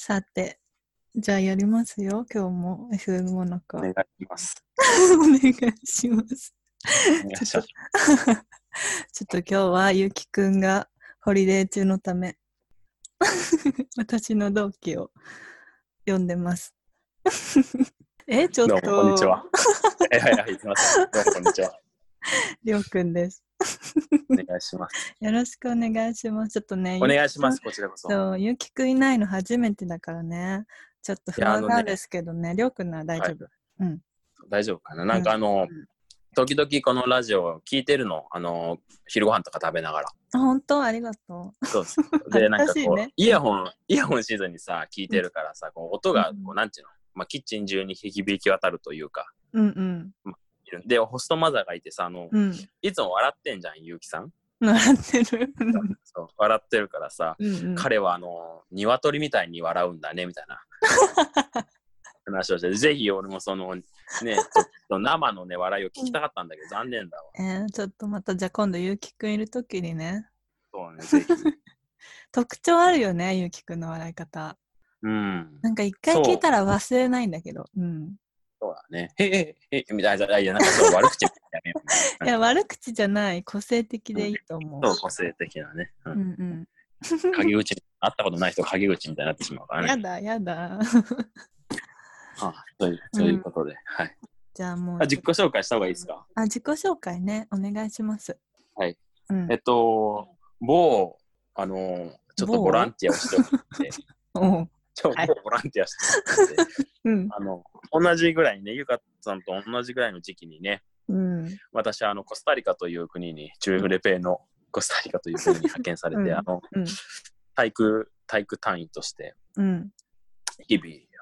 さて、じゃあやりますよ、今日も FM もなか。 お願いします。 お願いします。 お願いします。 ちょっと今日はゆきくんがホリデー中のため私の同期を呼んでます。ちょっと。 どうもこんにちは。はい、すみません。どうもこんにちは。 りょうくんです。 お願いします。 よろしくお願いします。ちょっとね、 お願いします。こちらこそ。 そう、ゆきくんいないの初めてだからね。ちょっと不安なんですけどね、りょうくんなら大丈夫。うん。 大丈夫かな。なんか時々このラジオ聞いてるの、昼ご飯とか食べながら。 本当ありがとう。 そうです。で、なんかこう、 ね、 イヤホンしずにさ、聞いてるからさ、こう音がこう、なんていうの、まあ、キッチン中に響き渡るというか。で、ホストマザーがいてさ、いつも笑ってんじゃん、ゆうきさん。 笑ってる。 そう、笑ってるからさ、彼は鶏みたいに笑うんだねみたいな話をして、ぜひ俺もそのね、ちょっと生のね笑いを聞きたかったんだけど、残念だわ。 ちょっとまたじゃあ今度ゆうきくんいるときにね。 そうね、ぜひ。 特徴あるよね、ゆうきくんの笑い方。なんか一回聞いたら忘れないんだけど。 そうだね。みたいな、いや、なんかそう悪口みたいな。いや、悪口じゃない。個性的でいいと思う。 そう、個性的なね。陰口、会ったことない人陰口みたいになってしまうからね。 やだ。 そういうことで。はい。 じゃあもう。 自己紹介した方がいいですか？ 自己紹介ね。お願いします。 はい。某、ちょっとボランティアをしておいて。ボランティアして同じぐらいね、ゆかさんと同じぐらいの時期にね、私コスタリカという国に、中レペのコスタリカという国に派遣されて、体育単位として、日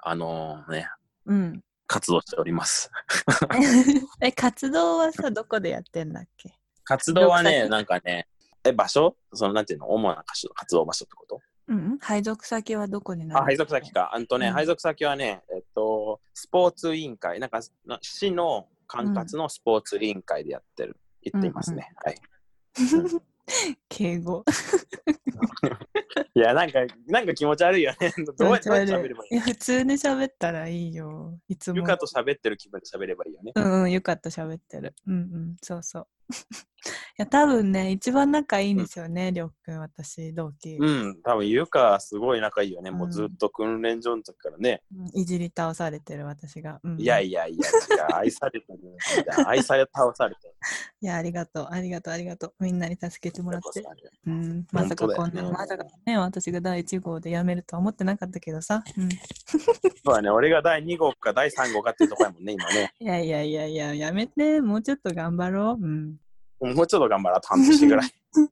々、活動しております。 活動はさ、どこでやってんだっけ？ 活動はね、なんかね、場所？なんていうの？主な活動場所ってこと？ 配属先はどこになる？ 配属先か。配属先はね、スポーツ委員会、なんか市の管轄のスポーツ委員会でやっていますね。はい。 敬語。 いや、なんか気持ち悪いよね。どうやって喋ればいい？ 普通に喋ったらいいよ。いつも。 ゆかと喋ってる気分で喋ればいいよね。 ゆかと喋ってる。そうそう。いや、多分ね、一番仲いいんですよね、りょうくん、私、同期。 多分ゆかすごい仲いいよね。もうずっと訓練所の時からね。 いじり倒されてる私が。 いや、愛されてる。愛され倒されてる。 いや、ありがとう。みんなに助けてもらって。まさかね、私が第1号で辞めるとは思ってなかったけどさ。 そうだね、俺が第2号か第3号かっていうところやもんね、今ね。 いや、やめて、もうちょっと頑張ろう。 もうちょっと頑張らあと半年ぐらい。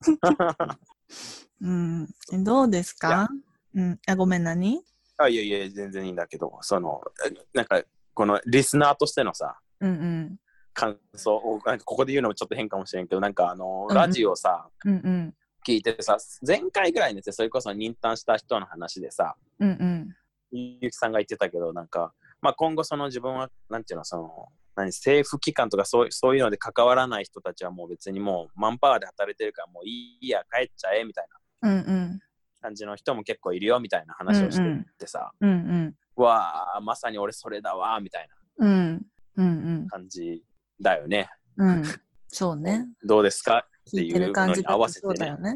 どうですか？ごめん、何？ いや、全然いいんだけど、なんか、このリスナーとしてのさ、感想を、なんかここで言うのもちょっと変かもしれんけど、なんかラジオさ、聞いてさ、前回ぐらいにそれこそ任担した人の話でさ、ゆきさんが言ってたけど、なんか、まあ今後自分は、なんていうの、政府機関とかそういうので関わらない人たちはもう別にもうマンパワーで働いてるからもういいや帰っちゃえみたいな感じの人も結構いるよみたいな話をしててさ、わあまさに俺それだわみたいな感じだよね。 そうね。 どうですかっていうのに合わせてね。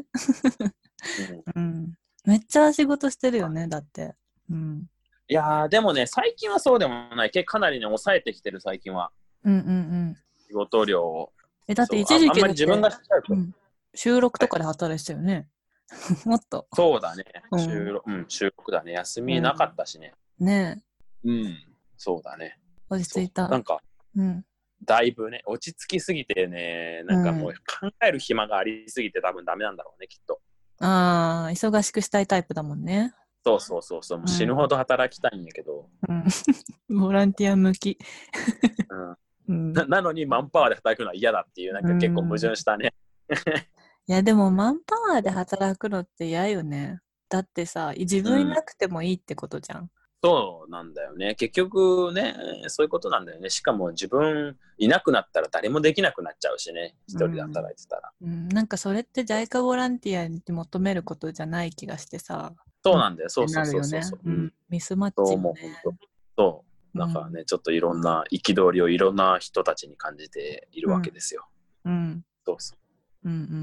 めっちゃ仕事してるよね、だって。 いやーでもね、最近はそうでもない。かなりね、抑えてきてる、最近は。仕事量を。 だって一時期あんまり自分がしちゃうと。 収録とかで働いてたよね。もっと。 そうだね。収録だね。休みなかったしね。 ねえ。そうだね。 落ち着いた。 なんか、だいぶね、落ち着きすぎてね、なんかもう考える暇がありすぎて多分ダメなんだろうね、きっと。 忙しくしたいタイプだもんね。 そう、もう死ぬほど働きたいんやけど。 ボランティア向き。 なのにマンパワーで働くのは嫌だっていう、なんか結構矛盾したね。 いやでもマンパワーで働くのって嫌よね。だってさ、自分いなくてもいいってことじゃん。 そうなんだよね。結局ね、そういうことなんだよね。しかも自分いなくなったら誰もできなくなっちゃうしね。一人で働いてたら。 なんかそれって JICA ボランティアに求めることじゃない気がしてさ。 そうなんだよ。そう。 ミスマッチもね。 そう。だからね、ちょっといろんな憤りをいろんな人たちに感じているわけですよ。そうそう。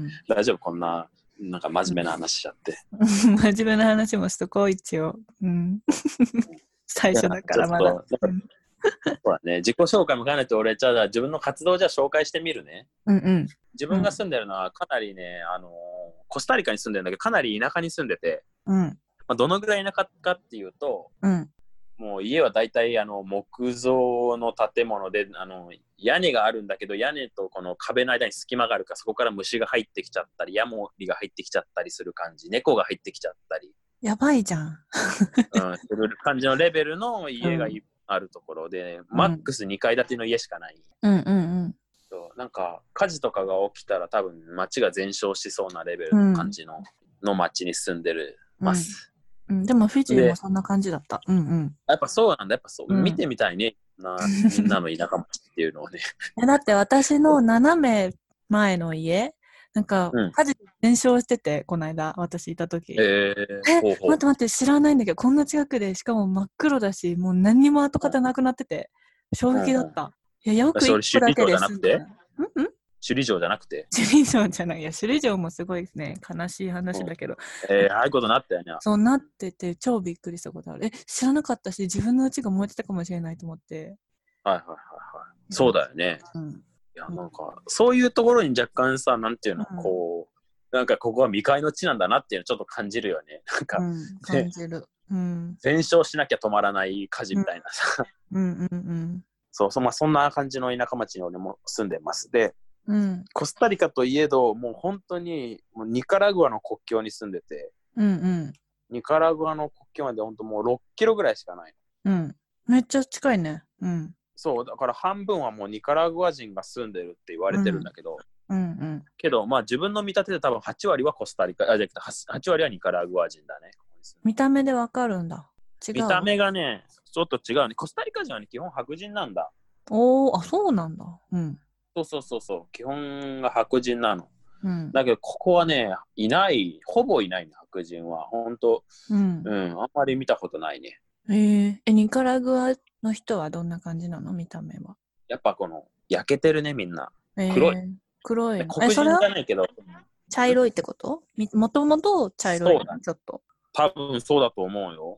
大丈夫こんな、なんか真面目な話しちゃって。 真面目な話もしとこう、一応。最初だからまだ。 そうだね、自己紹介も兼ねて俺、じゃあ自分の活動じゃ紹介してみるね。自分が住んでるのはかなりね、コスタリカに住んでるんだけど、かなり田舎に住んでて、どのぐらい田舎かっていうと、もう家は大体木造の建物で屋根があるんだけど、屋根とこの壁の間に隙間があるから、そこから虫が入ってきちゃったり、ヤモリが入ってきちゃったりする感じ、猫が入ってきちゃったり、 やばいじゃん。 する感じのレベルの家があるところで、マックス2階建ての家しかない。なんか火事とかが起きたら多分街が全焼しそうなレベルの感じの街に住んでるます。 でもフィジーもそんな感じだった。 やっぱそうなんだ。やっぱそう。見てみたいね。みんなの田舎町っていうのをね。 だって私の斜め前の家、なんか火事で全焼してて、この間私いた時。待って知らないんだけど、こんな近くでしかも真っ黒だし、もう何にも跡形なくなってて衝撃だった。いや、よく一個だけで済んだ。 首里城じゃなくて首里城じゃない。いや、首里城もすごいですね。悲しい話だけど。 ああいうことなったよね。 そうなってて、超びっくりしたことある。知らなかったし、自分の家が燃えてたかもしれないと思って。 そうだよね。いや、なんか、そういうところに若干さ、なんていうの、こう、なんかここは未開の地なんだなっていうのをちょっと感じるよね。なんか、 感じる。 全焼しなきゃ止まらない火事みたいなさ。そう、そんな感じの田舎町に俺も住んでます。で、コスタリカといえど、もう本当にもうニカラグアの国境に住んでて、ニカラグアの国境まで本当もう6キロぐらいしかないの。めっちゃ近いね。 そうだから半分はもうニカラグア人が住んでるって言われてるんだけど、けどまあ自分の見立てで多分8割はコスタリカ、じゃなくて8割はニカラグア人だね。 見た目でわかるんだ。違う。 見た目がね、ちょっと違うね。コスタリカ人はね、基本白人なんだ。 あ、そうなんだ。 そう。基本が白人なの。だけど、ここはね、ほぼいないね、白人は。本当、あんまり見たことないね。 ニカラグアの人はどんな感じなの、見た目は。 やっぱ焼けてるね、みんな。 黒い。 黒人じゃないけど。 茶色いってこと？もともと茶色いの、ちょっと。 多分そうだと思うよ。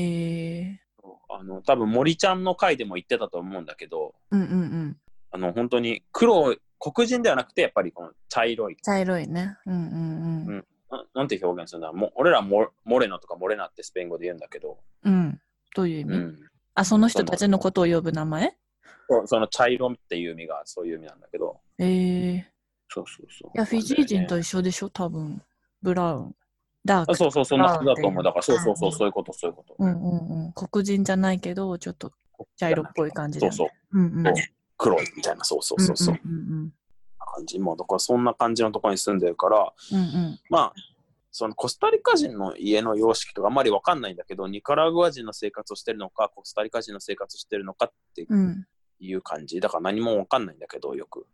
多分森ちゃんの回でも言ってたと思うんだけど、本当に黒人ではなくてやっぱりこの茶色いね。 なんて表現するんだ。俺らモレノとかモレナってスペイン語で言うんだけど、 どういう意味？その人たちのことを呼ぶ名前？ その茶色っていう意味がそういう意味なんだけど。そう。 いや、フィジー人と一緒でしょ、多分。ブラウン。ダーク。 そう、そんな感じだと思う。だからそういうこと。 黒人じゃないけど、ちょっと茶色っぽい感じだよね。 黒いみたいな、そう。感じ。もうだからそんな感じのところに住んでるから、まあ、そのコスタリカ人の家の様式とかあんまり分かんないんだけど、ニカラグア人の生活をしてるのか、コスタリカ人の生活をしてるのかっていう感じ。だから何も分かんないんだけど、よく。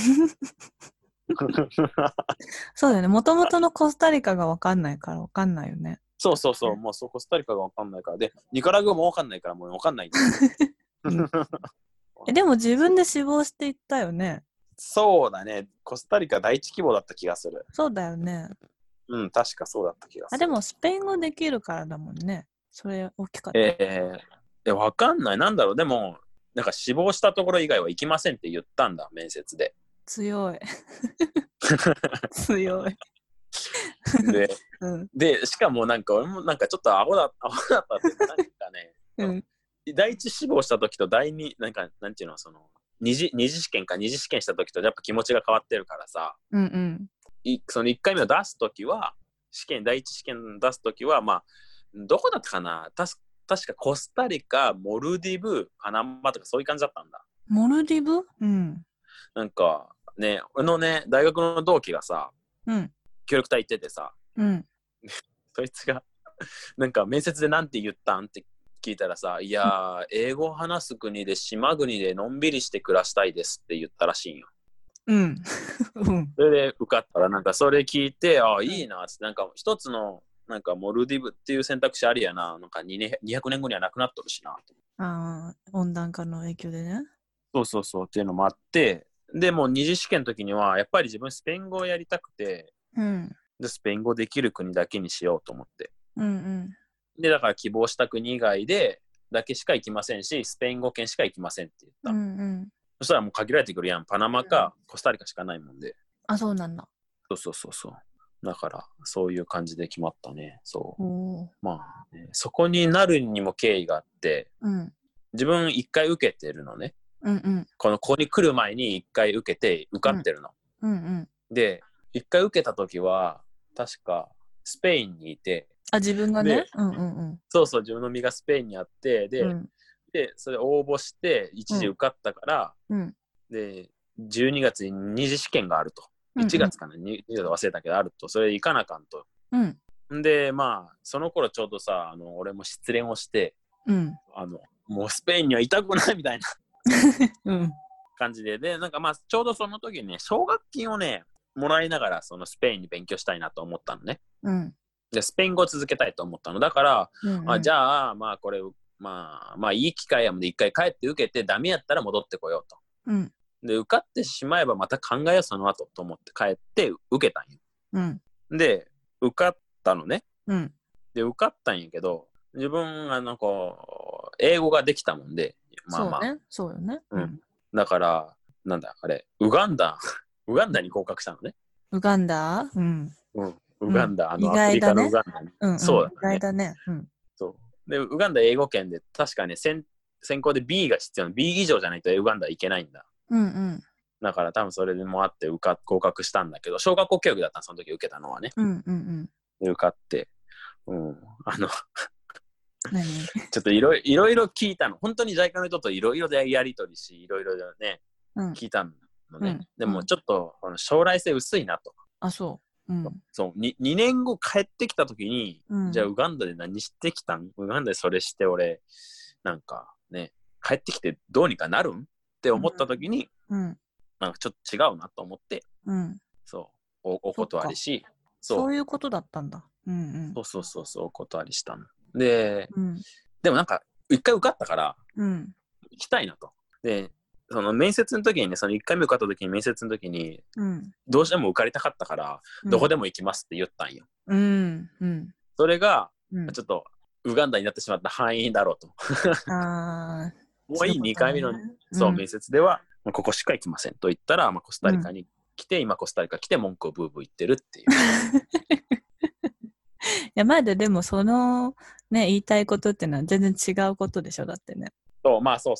そうだよね。もともとのコスタリカが分かんないから分かんないよね。 そう。もうコスタリカが分かんないから。で、ニカラグアも分かんないからもう分かんないんだでも自分で死亡していったよね。 そうだね。コスタリカ第一希望だった気がする。 そうだよね。 確かそうだった気がする。 でもスペイン語できるからだもんね。それ大きかった。 分かんない。なんだろう。でも、なんか死亡したところ以外は行きませんって言ったんだ、面接で。 強い。 で、しかもなんか俺もなんかちょっとアホだったっていうかなんかね、第一志望した時と第二なんていうの、その二次試験した時とやっぱ気持ちが変わってるからさ、その1回目を出す時は第一試験出す時はまあどこだったかな、確かコスタリカ、モルディブ、パナマとかそういう感じだったんだ。 モルディブ？ なんかね、俺のね大学の同期がさ、協力隊行っててさ、そいつがなんか面接でなんて言ったんって聞いたらさ、いや英語を話す国で島国でのんびりして暮らしたいですって言ったらしいんよ。それで受かったらなんかそれ聞いて、いいなって、なんか一つのなんかモルディブっていう選択肢ありやな。なんか200年後にはなくなっとるしな。 ああ、温暖化の影響でね。 そうっていうのもあって、でもう二次試験の時にはやっぱり自分スペイン語をやりたくて、 うん、 でスペイン語できる国だけにしようと思って。 うんうん。 でだから希望した国以外でだけしか行きませんし、スペイン語圏しか行きませんって言った。 うんうん、 そしたらもう限られてくるやん。パナマかコスタリカしかないもんで。 あ、そうなんだ。 そう。だからそういう感じで決まったね。そう。 おまあ、ね、そこになるにも経緯があって、 うん、 自分一回受けてるのね。 うんうん。 ここに来る前に一回受けて受かってるの。 うんうん。 で、一回受けた時は確かスペインにいて、 あ、自分がね。 で、 うんうんうん。 そう、自分の身がスペインにあって、で、でそれ応募して一時受かったから、で、12月に二次試験があると。1月かな、2月忘れたけどあると。それ行かなあかんと。で、まあ、その頃ちょうどさ、俺も失恋をして、もうスペインには行きたくないみたいな感じで、で、なんかまあ、ちょうどその時にね、奨学金をね、もらいながら、そのスペインに勉強したいなと思ったのね。で、スペイン語を続けたいと思ったの。だから、じゃあ、まあ、これ、まあ、いい機会やもんで、一回帰って受けて、ダメやったら戻ってこようと。で、受かってしまえばまた考えよう、その後と思って帰って受けたんよ。で、受かったのね。で、受かったんやけど、自分、英語ができたもんで、まあまあ。 そうよね。 だから、なんだ、あれ、ウガンダに合格したのね。 ウガンダウガンダ、 アフリカのウガンダに。そうだね。意外だね。 そう。で、ウガンダ英語圏で、確かね、専攻で B が必要な、B 以上じゃないとウガンダ行けないんだ。だから多分それでもあって合格したんだけど、小学校教育だったの、その時受けたのはね。で受かって、ちょっといろいろ聞いたの。本当に JICA の人といろいろでやり取りし、いろいろね、聞いたのね。でもちょっと将来性薄いなと。 あ、そう。 そう 2年後帰ってきた時に、じゃあウガンダで何してきたん？ウガンダでそれして俺、なんかね、帰ってきてどうにかなるんって思った時に、なんかちょっと違うなと思って、そう、お断りし、 そういうことだったんだ。 そう、お断りしたの。で、でもなんか、一回受かったから、行きたいなと。で、その面接の時にね、その1回目受かった時に面接の時に、どうしても受かりたかったから、どこでも行きますって言ったんよ。それが、ちょっと、ウガンダになってしまった範囲だろうと。もういい2回目の、面接では、ここしか行きませんと言ったら、コスタリカに来て、今コスタリカ来て文句をブーブー言ってるっていう。 いや、まだでもそのね、言いたいことっていうのは全然違うことでしょ、だってね。 そう。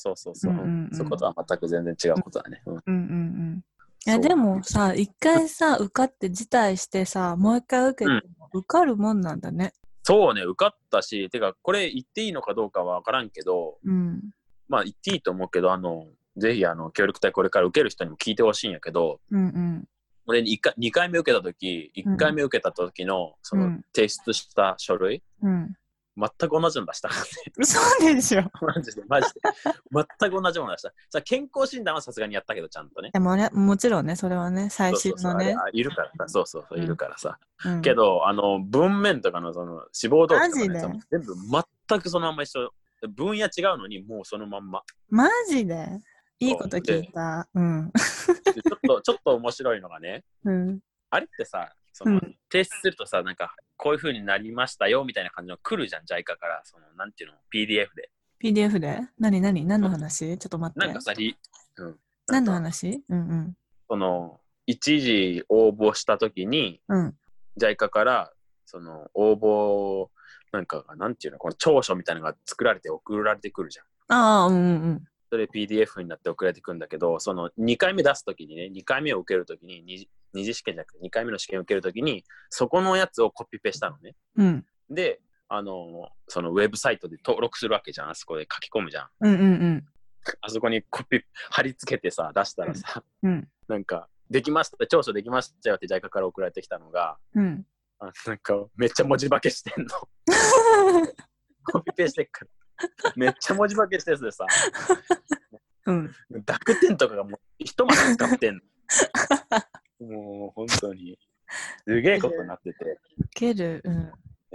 そういうことは全く全然違うことだね。 いや、でもさ、一回さ、受かって辞退してさ、もう一回受けても受かるもんなんだね。 そうね、受かったし、てか、これ言っていいのかどうかは分からんけど、まあ言っていいと思うけど、ぜひ協力隊これから受ける人にも聞いてほしいんやけど、俺2回目受けた時、1回目受けた時のその提出した書類、全く同じの出したからね。 嘘でしょ。 マジで。全く同じもの出した。さ、健康診断はさすがにやったけど、ちゃんとね。 もちろんね、それはね、最新のね。 いるからさ、そう、いるからさ。けど、文面とかのその志望動機とかね、全部全くそのまんま一緒。分野違うのに、もうそのまんま。 マジでいいこと聞いた。 ちょっと面白いのがね、あれってさ、提出するとさ、なんかこういう風になりましたよみたいな感じの来るじゃん、JICA から、なんていうの、PDF で。 PDF で何の話？ちょっと待って。 なんかさ、 何の話？ 一時応募したときに、JICA から、応募、なんていうの、この調書みたいなのが作られて送られてくるじゃん。それ PDF になって送られてくるんだけど、2回目出すときにね、2回目を受けるときに、二次試験じゃなくて2回目の試験を受けるときに、そこのやつをコピペしたのね。で、そのウェブサイトで登録するわけじゃん。あそこで書き込むじゃん。あそこにコピ貼り付けてさ、出したらさ、なんか、できました、調書できましたよって JICA から送られてきたのが、なんか、めっちゃ文字化けしてんの。コピペしてっから。めっちゃ文字化けしてるでさ、濁点とかがもう一まで使ってんの。もう本当にすげえことになってて。 ウケる。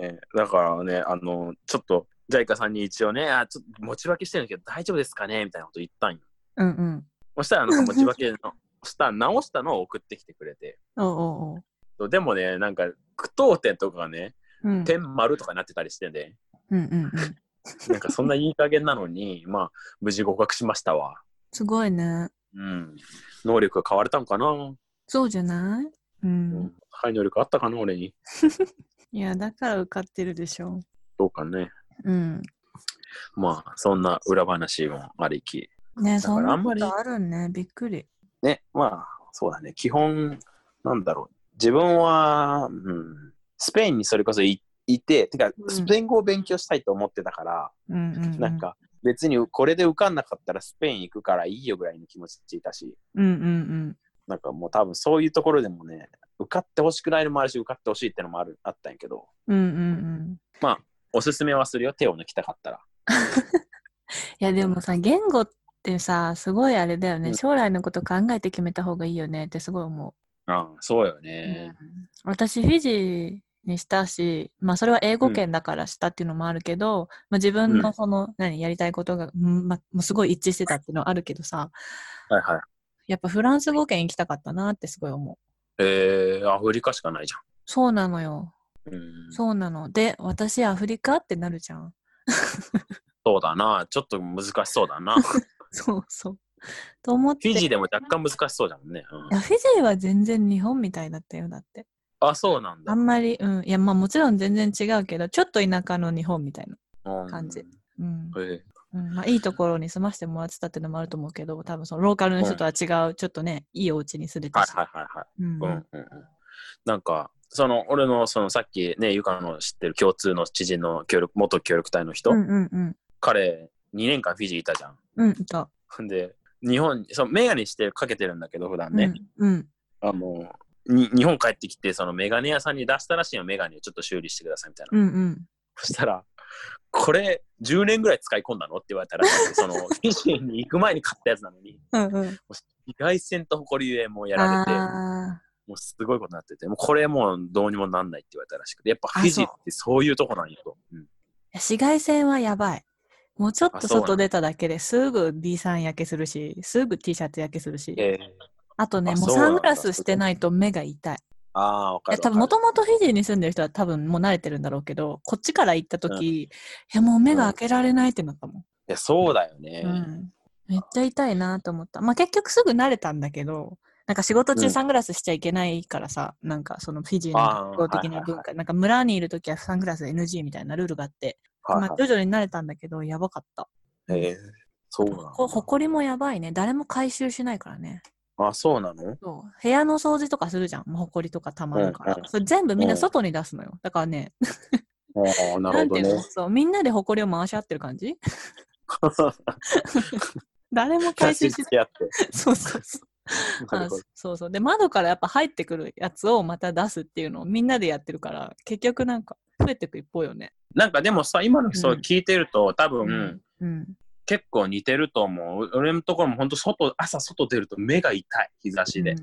だからね、ちょっと、ジャイカさんに一応ね、ちょっと持ち分けしてるんだけど大丈夫ですかねみたいなこと言ったんよ。 うんうん。 そしたらなんか持ち分けの、直したのを送ってきてくれて。 おうおうおう。でもね、なんか、句読点とかがね、点丸とかになってたりしてね。 うんうんうん。 なんかそんないい加減なのに、まあ、無事合格しましたわ。 すごいね。 うん。能力が変われたんかな。 そうじゃない？うん。 高い能力あったかな、俺に。 いや、だから受かってるでしょ。 どうかね。 うん。 まあ、そんな裏話もありき。 ね、そんなことあるね。びっくり。 ね、まあ、そうだね。基本、なんだろう。自分は、スペインにそれこそいて、てか、スペイン語を勉強したいと思ってたから、なんか、別にこれで受かんなかったらスペイン行くからいいよぐらいの気持ちでいたし、なんかもう多分そういうところでもね、受かってほしくないのもあるし、受かってほしいってのもあったんやけど、まあ、おすすめはするよ、手を抜きたかったら。 いや、でもさ、言語ってさ、すごいあれだよね。将来のこと考えて決めた方がいいよねってすごい思う。 そうよね。 私、フィジーにしたし、まあそれは英語圏だからしたっていうのもあるけど、まあ自分のその、やりたいことが、もうすごい一致してたっていうのはあるけどさ、 はいはい。 やっぱフランス語圏行きたかったなってすごい思う。 アフリカしかないじゃん。 そうなのよ。そうなの。で、私アフリカってなるじゃん。 そうだな。ちょっと難しそうだな。 そうそう。と思って。 フィジーでも若干難しそうじゃんね。 いや、フィジーは全然日本みたいだったよ、だって。 あ、そうなんだ。 あんまり、いや、まあもちろん全然違うけど、ちょっと田舎の日本みたいな感じ。まあいいところに住ませてもらってたっていうのもあると思うけど、多分そのローカルの人とは違う、ちょっとね、いいお家に住んでたし。 なんか、俺のさっきね、ゆかの知ってる共通の知人の元協力隊の人、彼、2年間フィジーいたじゃん。 いた。 で、日本、メガネかけてるんだけど、普段ね。日本帰ってきて、そのメガネ屋さんに出したらしいよ、メガネをちょっと修理してくださいみたいな。そしたら、これ10年ぐらい使い込んだのって言われたら、そのフィジーに行く前に買ったやつなのに、紫外線と埃ゆえもやられて、もうすごいことになってて、もうこれもうどうにもなんないって言われたらしくて、やっぱフィジーってそういうとこなんやと。 紫外線はやばい。もうちょっと外出ただけですぐ B さん焼けするし、すぐ T シャツ焼けするし。あとね、もうサングラスしてないと目が痛い。 わかる。 多分もともとフィジーに住んでる人は多分もう慣れてるんだろうけど、こっちから行った時、もう目が開けられないってなったもん。いや、そうだよね。 めっちゃ痛いなと思った。まあ結局すぐ慣れたんだけど、なんか仕事中サングラスしちゃいけないからさ、なんかそのフィジーの学校的な文化、なんか村にいる時はサングラス NG みたいなルールがあって、まあ徐々に慣れたんだけど、やばかった。 そうなんだ。 ほこりもやばいね。誰も回収しないからね。 あ、そうなの？ そう。部屋の掃除とかするじゃん。ほこりとかたまるから。それ全部みんな外に出すのよ。だからね。 なるほどね。 そう、みんなでほこりを回し合ってる感じ誰も回収しない。そうそうそう。そうそう。で、窓からやっぱ入ってくるやつをまた出すっていうのをみんなでやってるから、結局なんか増えてく一方よね。 なんかでもさ、今の人聞いてると、多分、結構似てると思う。俺のところも本当朝外出ると目が痛い、日差しで。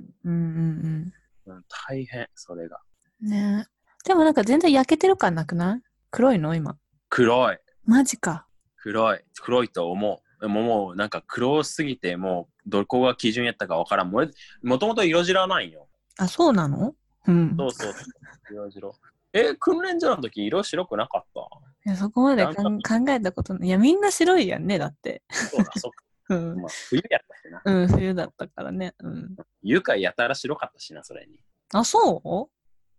大変、それが。 ね。でもなんか全然焼けてる感なくない？黒いの今。 黒い。 マジか。 黒いと思う。でももうなんか黒すぎて、もうどこが基準やったかわからん。もともと色白ないよ。 あ、そうなの？ そうそう。色白。訓練所の時色白くなかった？ いや、そこまで考えたことない。いや、みんな白いやんね、だって。 そうだ、そっか。まあ、冬やったしな。冬だったからね。 ゆかやたら白かったしな、それに。 あ、そう？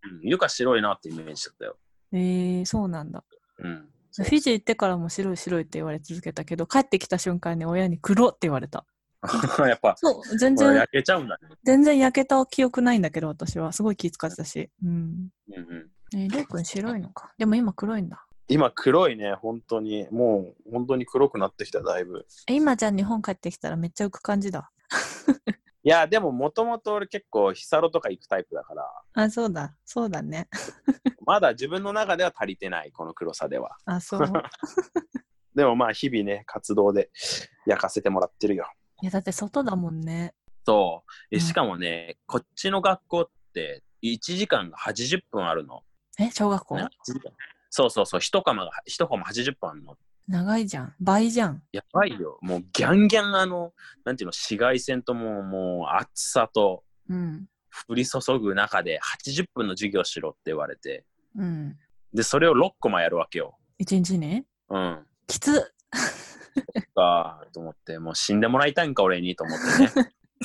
ゆか白いなってイメージだったよ。 そうなんだ。フィジー行ってからも白いって言われ続けたけど、帰ってきた瞬間に親に黒って言われた。 やっぱ、 そう、全然焼けちゃうんだね。 全然焼けた記憶ないんだけど、私は。すごい気遣ってたし。りょうくん白いのか。でも今黒いんだ。 今黒いね、本当に。もう本当に黒くなってきた、だいぶ。 今じゃあ日本帰ってきたらめっちゃ浮く感じだ。 いや、でももともと俺結構ヒサロとか行くタイプだから。 あ、そうだ。そうだね。 まだ自分の中では足りてない、この黒さでは。 あ、そう。 でもまあ日々ね、活動で焼かせてもらってるよ。 いや、だって外だもんね。 そう。しかもね、こっちの学校って1時間が80分あるの。 小学校？ そうそうそう、1コマ80分あるの。 長いじゃん。倍じゃん。 やばいよ。もうギャンギャンなんていうの、紫外線ともう暑さと降り注ぐ中で80分の授業しろって言われて。 うん。 で、それを6コマやるわけよ。 1日ね。 うん。 きつかと思って、もう死んでもらいたいんか、俺にと思って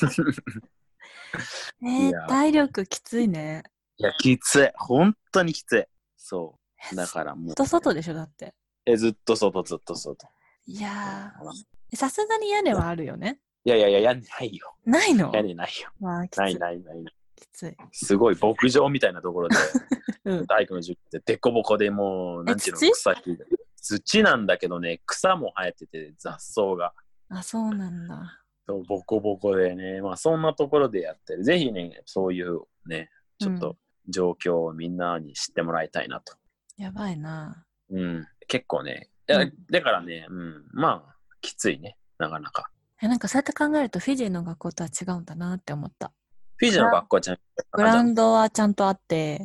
ね。体力きついね。 いや、きつい。本当にきつい。そう。だからもう。 ずっと外でしょ、だって。 ずっと外。 いやー、さすがに屋根はあるよね。 いや、屋根ないよ。 ないの？ 屋根ないよ。 まあ、きつい。 ない。 きつい。 すごい牧場みたいなところで、体育の授業ってデコボコでもう、なんていうの、土なんだけどね、草も生えてて、雑草が。 あ、そうなんだ。 そう、ボコボコでね、まあそんなところでやってる。ぜひね、そういうね、ちょっと状況をみんなに知ってもらいたいなと。 やばいな。 うん、結構ね、だからね、まあ、きついね、なかなか。 なんかそうやって考えると、フィジーの学校とは違うんだなって思った。 フィジーの学校はちゃんとグラウンドはちゃんとあって、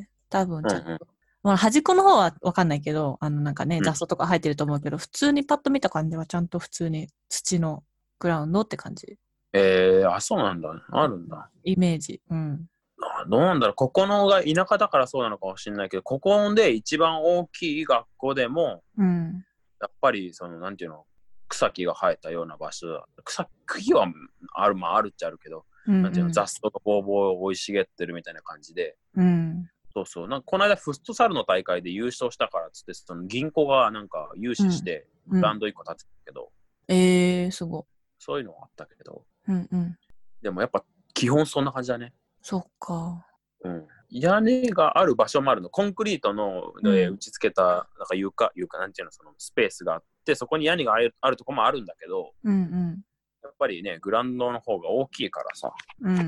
多分ちゃんと。まあ、端っこの方は分かんないけど、なんかね、雑草とか生えてると思うけど、普通にパッと見た感じはちゃんと普通に土のグラウンドって感じ。 そうなんだ。あるんだ。 イメージ。うん。 どうなんだろう。ここのが田舎だからそうなのかもしれないけど、ここで一番大きい学校でも、やっぱりなんていうの、草木が生えたような場所、茎はあるっちゃあるけど、なんていうの、雑草とボーボー生い茂ってるみたいな感じで、そうなんかこの間フットサルの大会で優勝したからっつって、銀行がなんか融資してグラウンド1個建てたけど、 すごい。 そういうのはあったけど、でもやっぱ基本そんな感じだね。 そっか。 屋根がある場所もあるの。コンクリートの打ち付けたなんか床なんていうの、スペースがあって、そこに屋根があるとこもあるんだけど、やっぱりね、グラウンドの方が大きいからさ、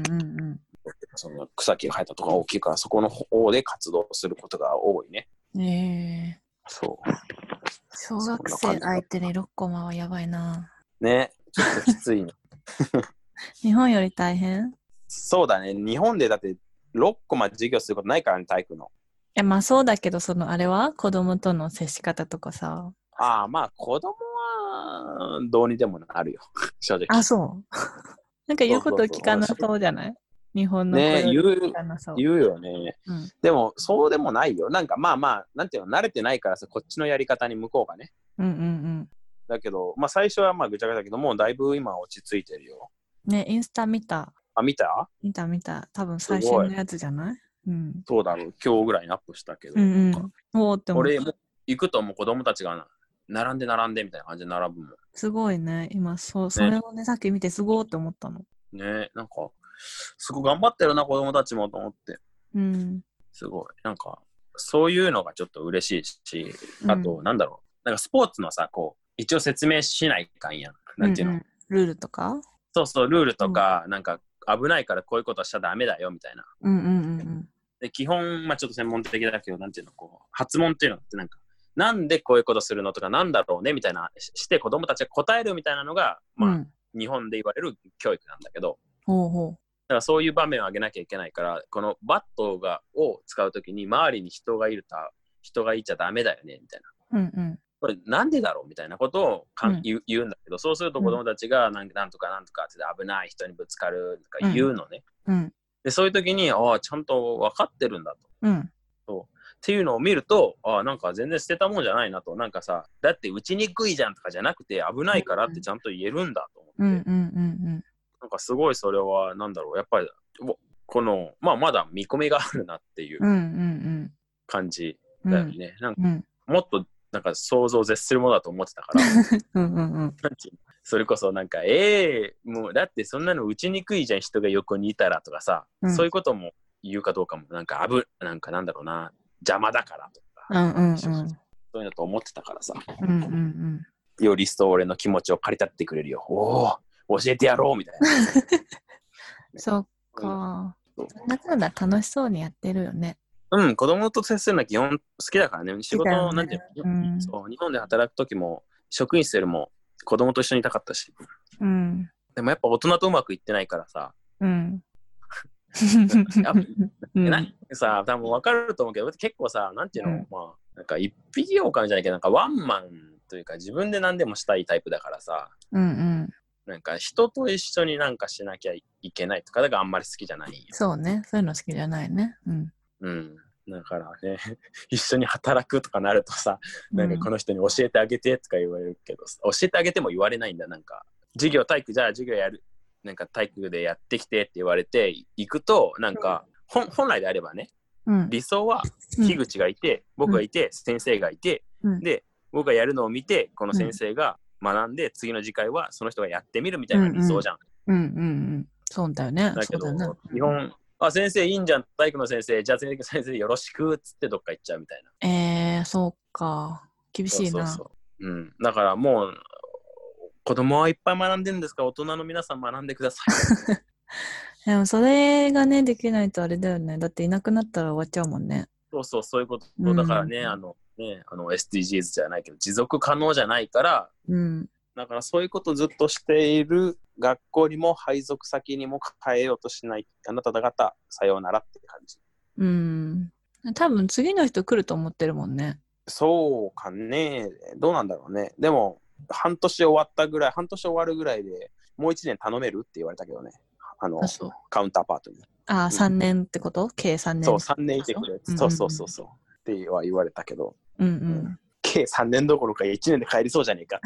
草木が生えたとこが大きいから、そこの方で活動することが多いね。そう。 小学生相手に6コマはやばいな。 ね、ちょっときついね。 日本より大変？ そうだね。日本でだって6コマ授業することないからね、体育の。 まあそうだけど、あれは子供との接し方とかさ。 まあ子供はどうにでもなるよ、正直。 あ、そう。なんか言うこと聞かなそうじゃない？日本の子より聞かなそう。 言うよね。でもそうでもないよ。なんかまあ、なんていうの、慣れてないからさ、こっちのやり方に向こうがね。だけど、まあ最初はまあぐちゃぐちゃだけど、もうだいぶ今落ち着いてるよ。 ね、インスタ見た。 見た？ 見た。多分最新のやつじゃない？ そうだろう。今日ぐらいにアップしたけど。俺も行くともう子供たちが並んでみたいな感じで並ぶもん。 すごいね。今それをね、さっき見てすごいって思ったの。 ね、なんかすごい頑張ってるな子供たちもと思って。すごい。なんかそういうのがちょっと嬉しいし、あとなんだろう。なんかスポーツのさ、こう一応説明しないかんやん。なんていうの？ ルールとか？ そう、ルールとか、なんか危ないからこういうことしちゃダメだよみたいな。で基本、まあちょっと専門的だけど、なんていうの、こう発問っていうのってなんでこういうことするのとか、なんだろうねみたいなして子供たちが答えるみたいなのが、まあ日本で言われる教育なんだけど、だからそういう場面を挙げなきゃいけないから、このバットを使うときに周りに人がいちゃダメだよねみたいな。これなんでだろうみたいなことを言うんだけど、そうすると子供たちがなんとかって危ない人にぶつかるとか言うのね。でそういう時にちゃんと分かってるんだと。っていうのを見ると、なんか全然捨てたもんじゃないなと。なんかさ、だって打ちにくいじゃんとかじゃなくて危ないからってちゃんと言えるんだと思って。なんかすごいそれはなんだろう、やっぱりこのまだ見込みがあるなっていう感じだよね。なんかもっとなんか想像を絶するものだと思ってたからそれこそなんかもうだってそんなの打ちにくいじゃん人が横にいたらとかさ、そういうことも言うかどうかもなんかなんだろうな、邪魔だからとか、そういうのと思ってたからさ、より一層俺の気持ちを駆り立ってくれるよ。教えてやろうみたいな。 そっか。なんだ楽しそうにやってるよね。 子供と接するのは基本好きだからね。仕事なんていうの、そう日本で働く時も職員室よりも子供と一緒にいたかったし。でもやっぱ大人とうまくいってないからさ。さ、多分分かると思うけど、結構さ、なんていうの、 なんか一匹狼じゃないけど、なんかワンマンというか自分で何でもしたいタイプだからさ、 うんうん。 なんか人と一緒になんかしなきゃいけないとか、だからあんまり好きじゃないよ。 そうね。そういうの好きじゃないね。うん。 うん。だからね、一緒に働くとかなるとさ、なんかこの人に教えてあげてとか言われるけど、教えてあげても言われないんだ。なんか、じゃあ授業やる。なんか体育でやってきてって言われて行くと、なんか、本来であればね、うん、理想は樋口がいて、僕がいて、先生がいて、で、僕がやるのを見て、この先生が学んで、次の次回はその人がやってみるみたいな理想じゃん。 そうだよね。 だけど、基本、先生いいんじゃん、体育の先生、じゃあ先生よろしくっつってどっか行っちゃうみたいな。そうか。厳しいな。 そう。だからもう、子供はいっぱい学んでるんですから、大人の皆さん学んでください。 でもそれがね、できないとあれだよね。だっていなくなったら終わっちゃうもんね。 そういうこと。だからね、SDGs じゃないけど、持続可能じゃないから、だからそういうことをずっとしている学校にも配属先にも変えようとしない。あなた方、さようならって感じ。 多分次の人来ると思ってるもんね。 そうかね。どうなんだろうね。でも、半年終わるぐらいでもう1年頼めるって言われたけどね。カウンターパートに。 3年ってこと？計3年。 そう、3年いてくれ。そう。っては言われたけど。計3年どころか1年で帰りそうじゃねえか。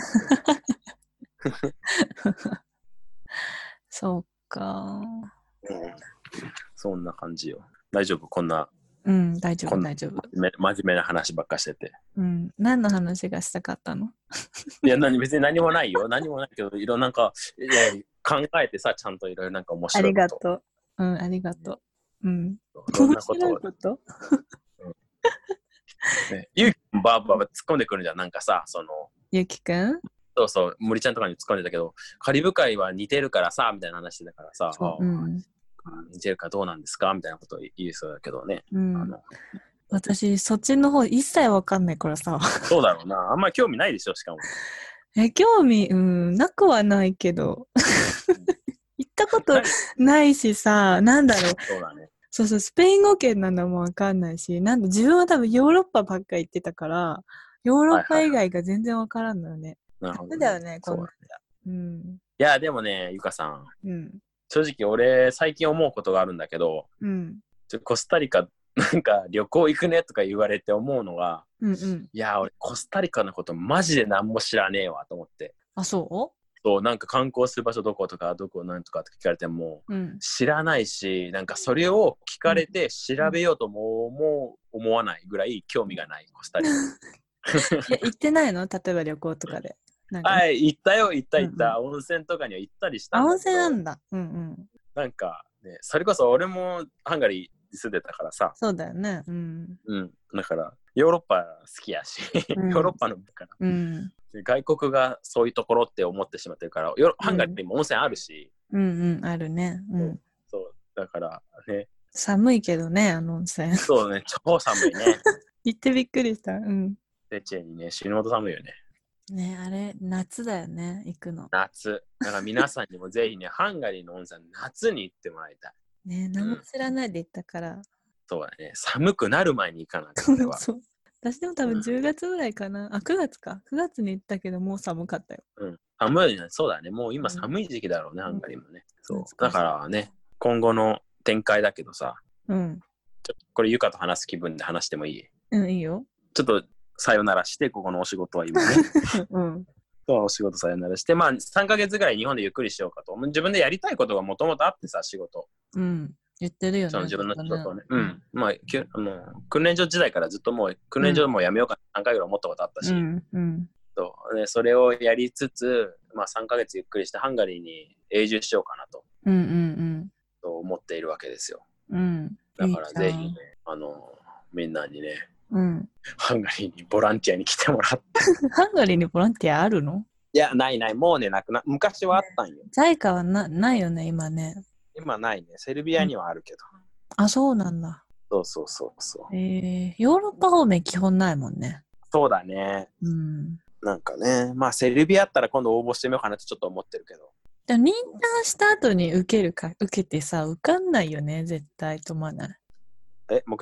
そうか。 そんな感じよ。大丈夫？こんな。 大丈夫。真面目な話ばっかしてて。 何の話がしたかったの？ いや、別に何もないよ。何もないけど、いろんな考えてさ、ちゃんといろいろなんか面白いこと。 ありがとう。ありがとう。 いろんなことゆうきくんば突っ込んでくるじゃん。なんかさ、 ゆうきくん？ そう、森ちゃんとかに突っ込んでたけど、カリブ海は似てるからさ、みたいな話だからさ、似てるかどうなんですかみたいなことを言いそうだけどね。 私、そっちの方一切わかんないからさ。 そうだろうな。あんまり興味ないでしょ、しかも。 興味、なくはないけど。行ったことないしさ、なんだろう。 そうだね。 そう、スペイン語圏なのもわかんないし、自分は多分ヨーロッパばっか行ってたから、ヨーロッパ以外が全然わからんのよね。 なるほど、 そうだよね、こんなんだ。いや、でもね、ゆかさん。正直、俺、最近思うことがあるんだけど、コスタリカ、なんか旅行行くねとか言われて思うのが、いや、俺、コスタリカのことマジで何も知らねえわと思って。 あ、そうそう、なんか観光する場所どことかどこなんとかって聞かれても、知らないし、なんかそれを聞かれて調べようとも思わないぐらい興味がない、コスタリカ。 行ってないの？例えば旅行とかで。 はい、行ったよ、行った。温泉とかには行ったりしたんだけど。 温泉なんだ。 なんか、ね、それこそ俺もハンガリーに住んでたからさ。 そうだよね。 だから、ヨーロッパ好きやし、ヨーロッパのから。外国がそういうところって思ってしまってるから、ハンガリーにも温泉あるし。 あるね。 そう、だからね。 寒いけどね、あの温泉。 そうね、超寒いね。 行ってびっくりした。 セチェにね、死ぬほど寒いよね。 ね、あれ、夏だよね、行くの。 夏。だから皆さんにもぜひね、ハンガリーの温泉、夏に行ってもらいたい。 ね、何も知らないで行ったから。 そうだね、寒くなる前に行かなきゃ。 そう私でも多分10月ぐらいかな。9月か。9月に行ったけど、もう寒かったよ。 寒いね。そうだね。もう今寒い時期だろうね、ハンガリーもね。そう。だからね、今後の展開だけどさ。これ、ゆかと話す気分で話してもいい？ いいよ。 ちょっと、さよならして、ここのお仕事は今ね。お仕事さよならして、まあ、3ヶ月ぐらい日本でゆっくりしようかと。自分でやりたいことがもともとあってさ、仕事。 言ってるよね。 その自分の仕事をね。まあ、訓練所時代からずっともう、訓練所もやめようか3回ぐらい思ったことあったし。それをやりつつ、まあ、3ヶ月ゆっくりしてハンガリーに永住しようかなと。と思っているわけですよ。だからぜひね、みんなにね、ハンガリーにボランティアに来てもらって。 ハンガリーにボランティアあるの？ いや、ない。もうね、昔はあったんよ。 在家はないよね、今ね。 今ないね。セルビアにはあるけど。 あ、そうなんだ。 そう。 ヨーロッパ方面基本ないもんね。 そうだね。なんかね、まあセルビアあったら今度応募してみようかなってちょっと思ってるけど。 でもインターンした後に受けてさ、受かんないよね、絶対飛まない。 もう一回言って。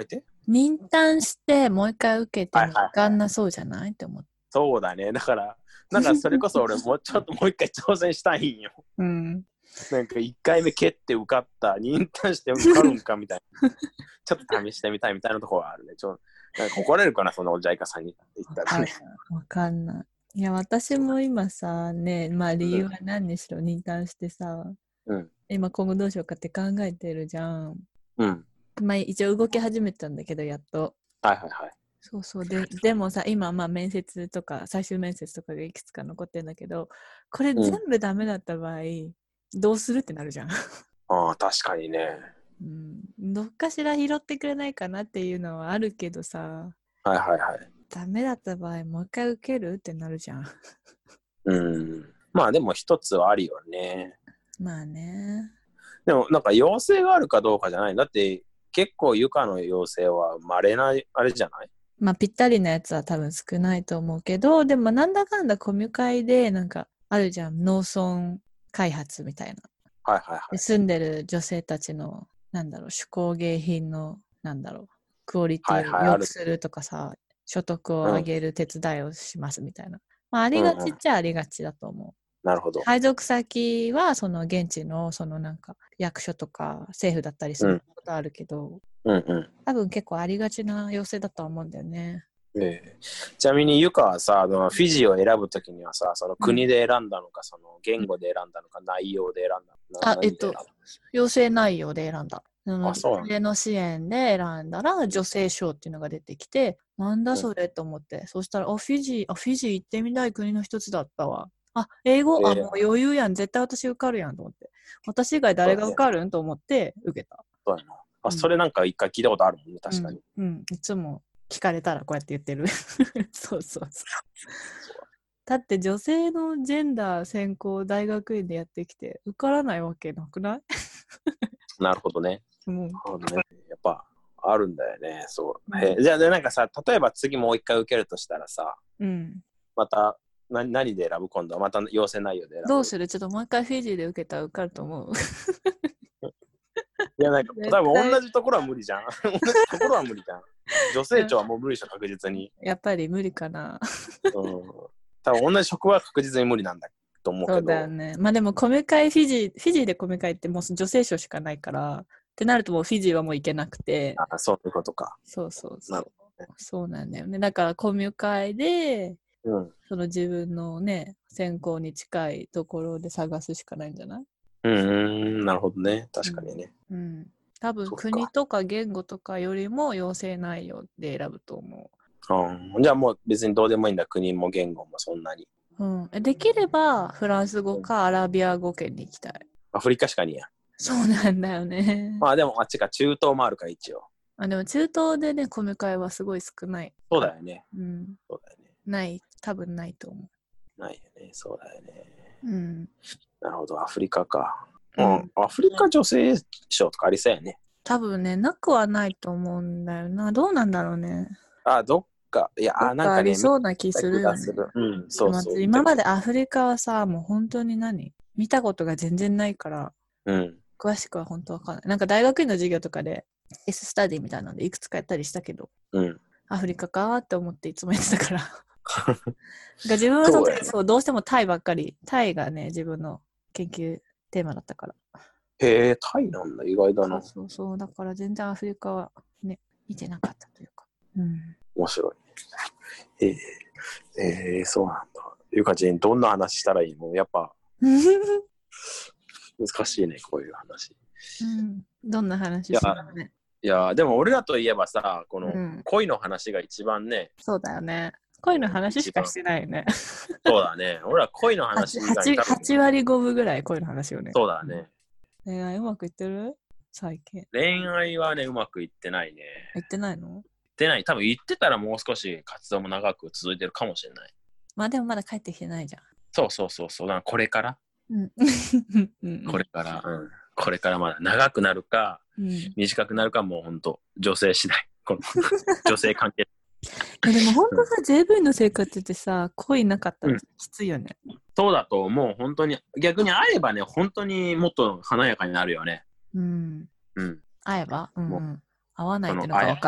認単してもう一回受けても分かんなそうじゃないって思って。 そうだね。だから、なんかそれこそ俺もうちょっともう一回挑戦したいんよ。 うん。 なんか1回目蹴って受かった、認単して受かるんかみたいな。ちょっと試してみたいみたいなところはあるね。なんか怒られるかな、そのおじゃいかさんに言ったらね。 わかんない。いや、私も今さ、ね、まあ理由は何にしろ認単してさ、 うん、 今今後どうしようかって考えてるじゃん。 うん。 まあ一応動き始めたんだけど、やっと。 はいはいはい。 そうそう。でもさ、今まあ面接とか、最終面接とかがいくつか残ってるんだけど、これ全部ダメだった場合、どうするってなるじゃん。 ああ、確かにね。 うん、どっかしら拾ってくれないかなっていうのはあるけどさ、 はいはいはい。 ダメだった場合もう一回受けるってなるじゃん。 まあでも一つはあるよね。 まあね。 でもなんか陽性があるかどうかじゃない。だって結構床の陽性は稀なあれじゃない？ まあぴったりなやつは多分少ないと思うけど、でもなんだかんだコミュ会でなんかあるじゃん。農村開発みたいな。 はいはいはい。 住んでる女性たちの手工芸品のクオリティを良くするとかさ、所得を上げる手伝いをしますみたいな。まあありがちっちゃありがちだと思う。 なるほど。 配属先はその現地の役所とか政府だったりすることあるけど、多分結構ありがちな要請だと思うんだよね。 ちなみにゆかはさ、フィジーを選ぶときにはさ、その国で選んだのか、その言語で選んだのか、内容で選んだのか。 要請内容で選んだ。 そうなんだ。 の支援で選んだら女性賞っていうのが出てきて、なんだそれと思って、そしたらフィジー行ってみたい国の一つだったわ。英語、もう余裕やん、絶対私受かるやんと思って。私以外誰が受かるんと思って受けた。 そうやな。それなんか一回聞いたことあるもんね、確かに。 いつも聞かれたらこうやって言ってる。そう。だって女性のジェンダー専攻大学院でやってきて受からないわけなくない？ なるほどね。やっぱあるんだよね。そう。じゃあなんかさ、例えば次もう一回受けるとしたらさ、また何で選ぶ？今度はまた要請内容で選ぶ？ どうする？ちょっともう一回フィジーで受けたら受かると思う。 いやなんか多分同じところは無理じゃん。同じところは無理じゃん。女性庁はもう無理でしょ、確実に。 やっぱり無理かな。 多分同じ職は確実に無理なんだと思うけど。 そうだよね。まあでもコミ会フィジーでコミ会ってもう女性賞しかないからってなるともうフィジーはもう行けなくて。 そういうことか。 そう。そうなんだよね。だからコミュ会で、その自分のね専攻に近いところで探すしかないんじゃない？ なるほどね。確かにね。 多分国とか言語とかよりも要請内容で選ぶと思う。じゃあもう別にどうでもいいんだ。国も言語もそんなに。 できればフランス語かアラビア語圏に行きたい。 アフリカしかにや。 そうなんだよね。 でもあっちか中東もあるか一応。 でも中東でねコミ会はすごい少ない。 そうだよね。 そうだよね。多分ないと思う。ないよね。そうだよね。 なるほど、アフリカか。アフリカ女性賞とかありそうやね。 多分ね、なくはないと思うんだよな。どうなんだろうね。 どっか、いや、 なんかありそうな気するよね。 そう。 今までアフリカはさ、もう本当に見たことが全然ないから、詳しくは本当わかんない。なんか大学院の授業とかで、S スタディみたいなのでいくつかやったりしたけど、アフリカかって思っていつもやってたから。自分はその時どうしてもタイばっかり、タイがね、自分の研究テーマだったから。 へえ、タイなんだ、意外だな。 そう、だから全然アフリカはね、見てなかったというか。 面白い。そうなんだ。ゆかちん、どんな話したらいいの？やっぱ、難しいね、こういう話。 どんな話するね。 いや、でも俺らといえばさ、この恋の話が一番ね。 そうだよね。恋の話しかしてないよね。 そうだね。俺ら恋の話以外に 8割5分ぐらい恋の話よね。 そうだね。 恋愛うまくいってる？最近。 恋愛はね、うまくいってないね。 いってないの？ いってない。多分言ってたらもう少し活動も長く続いてるかもしれない。 まあでもまだ帰ってきてないじゃん。 そう。だからこれから。これからまだ長くなるか、短くなるかもう本当女性次第。この女性関係。 でも本当さ、JV の生活ってさ、恋なかったらきついよね。 そうだと思う。本当に逆に会えばね、本当にもっと華やかになるよね。 会えば、会わないってのか分かんない。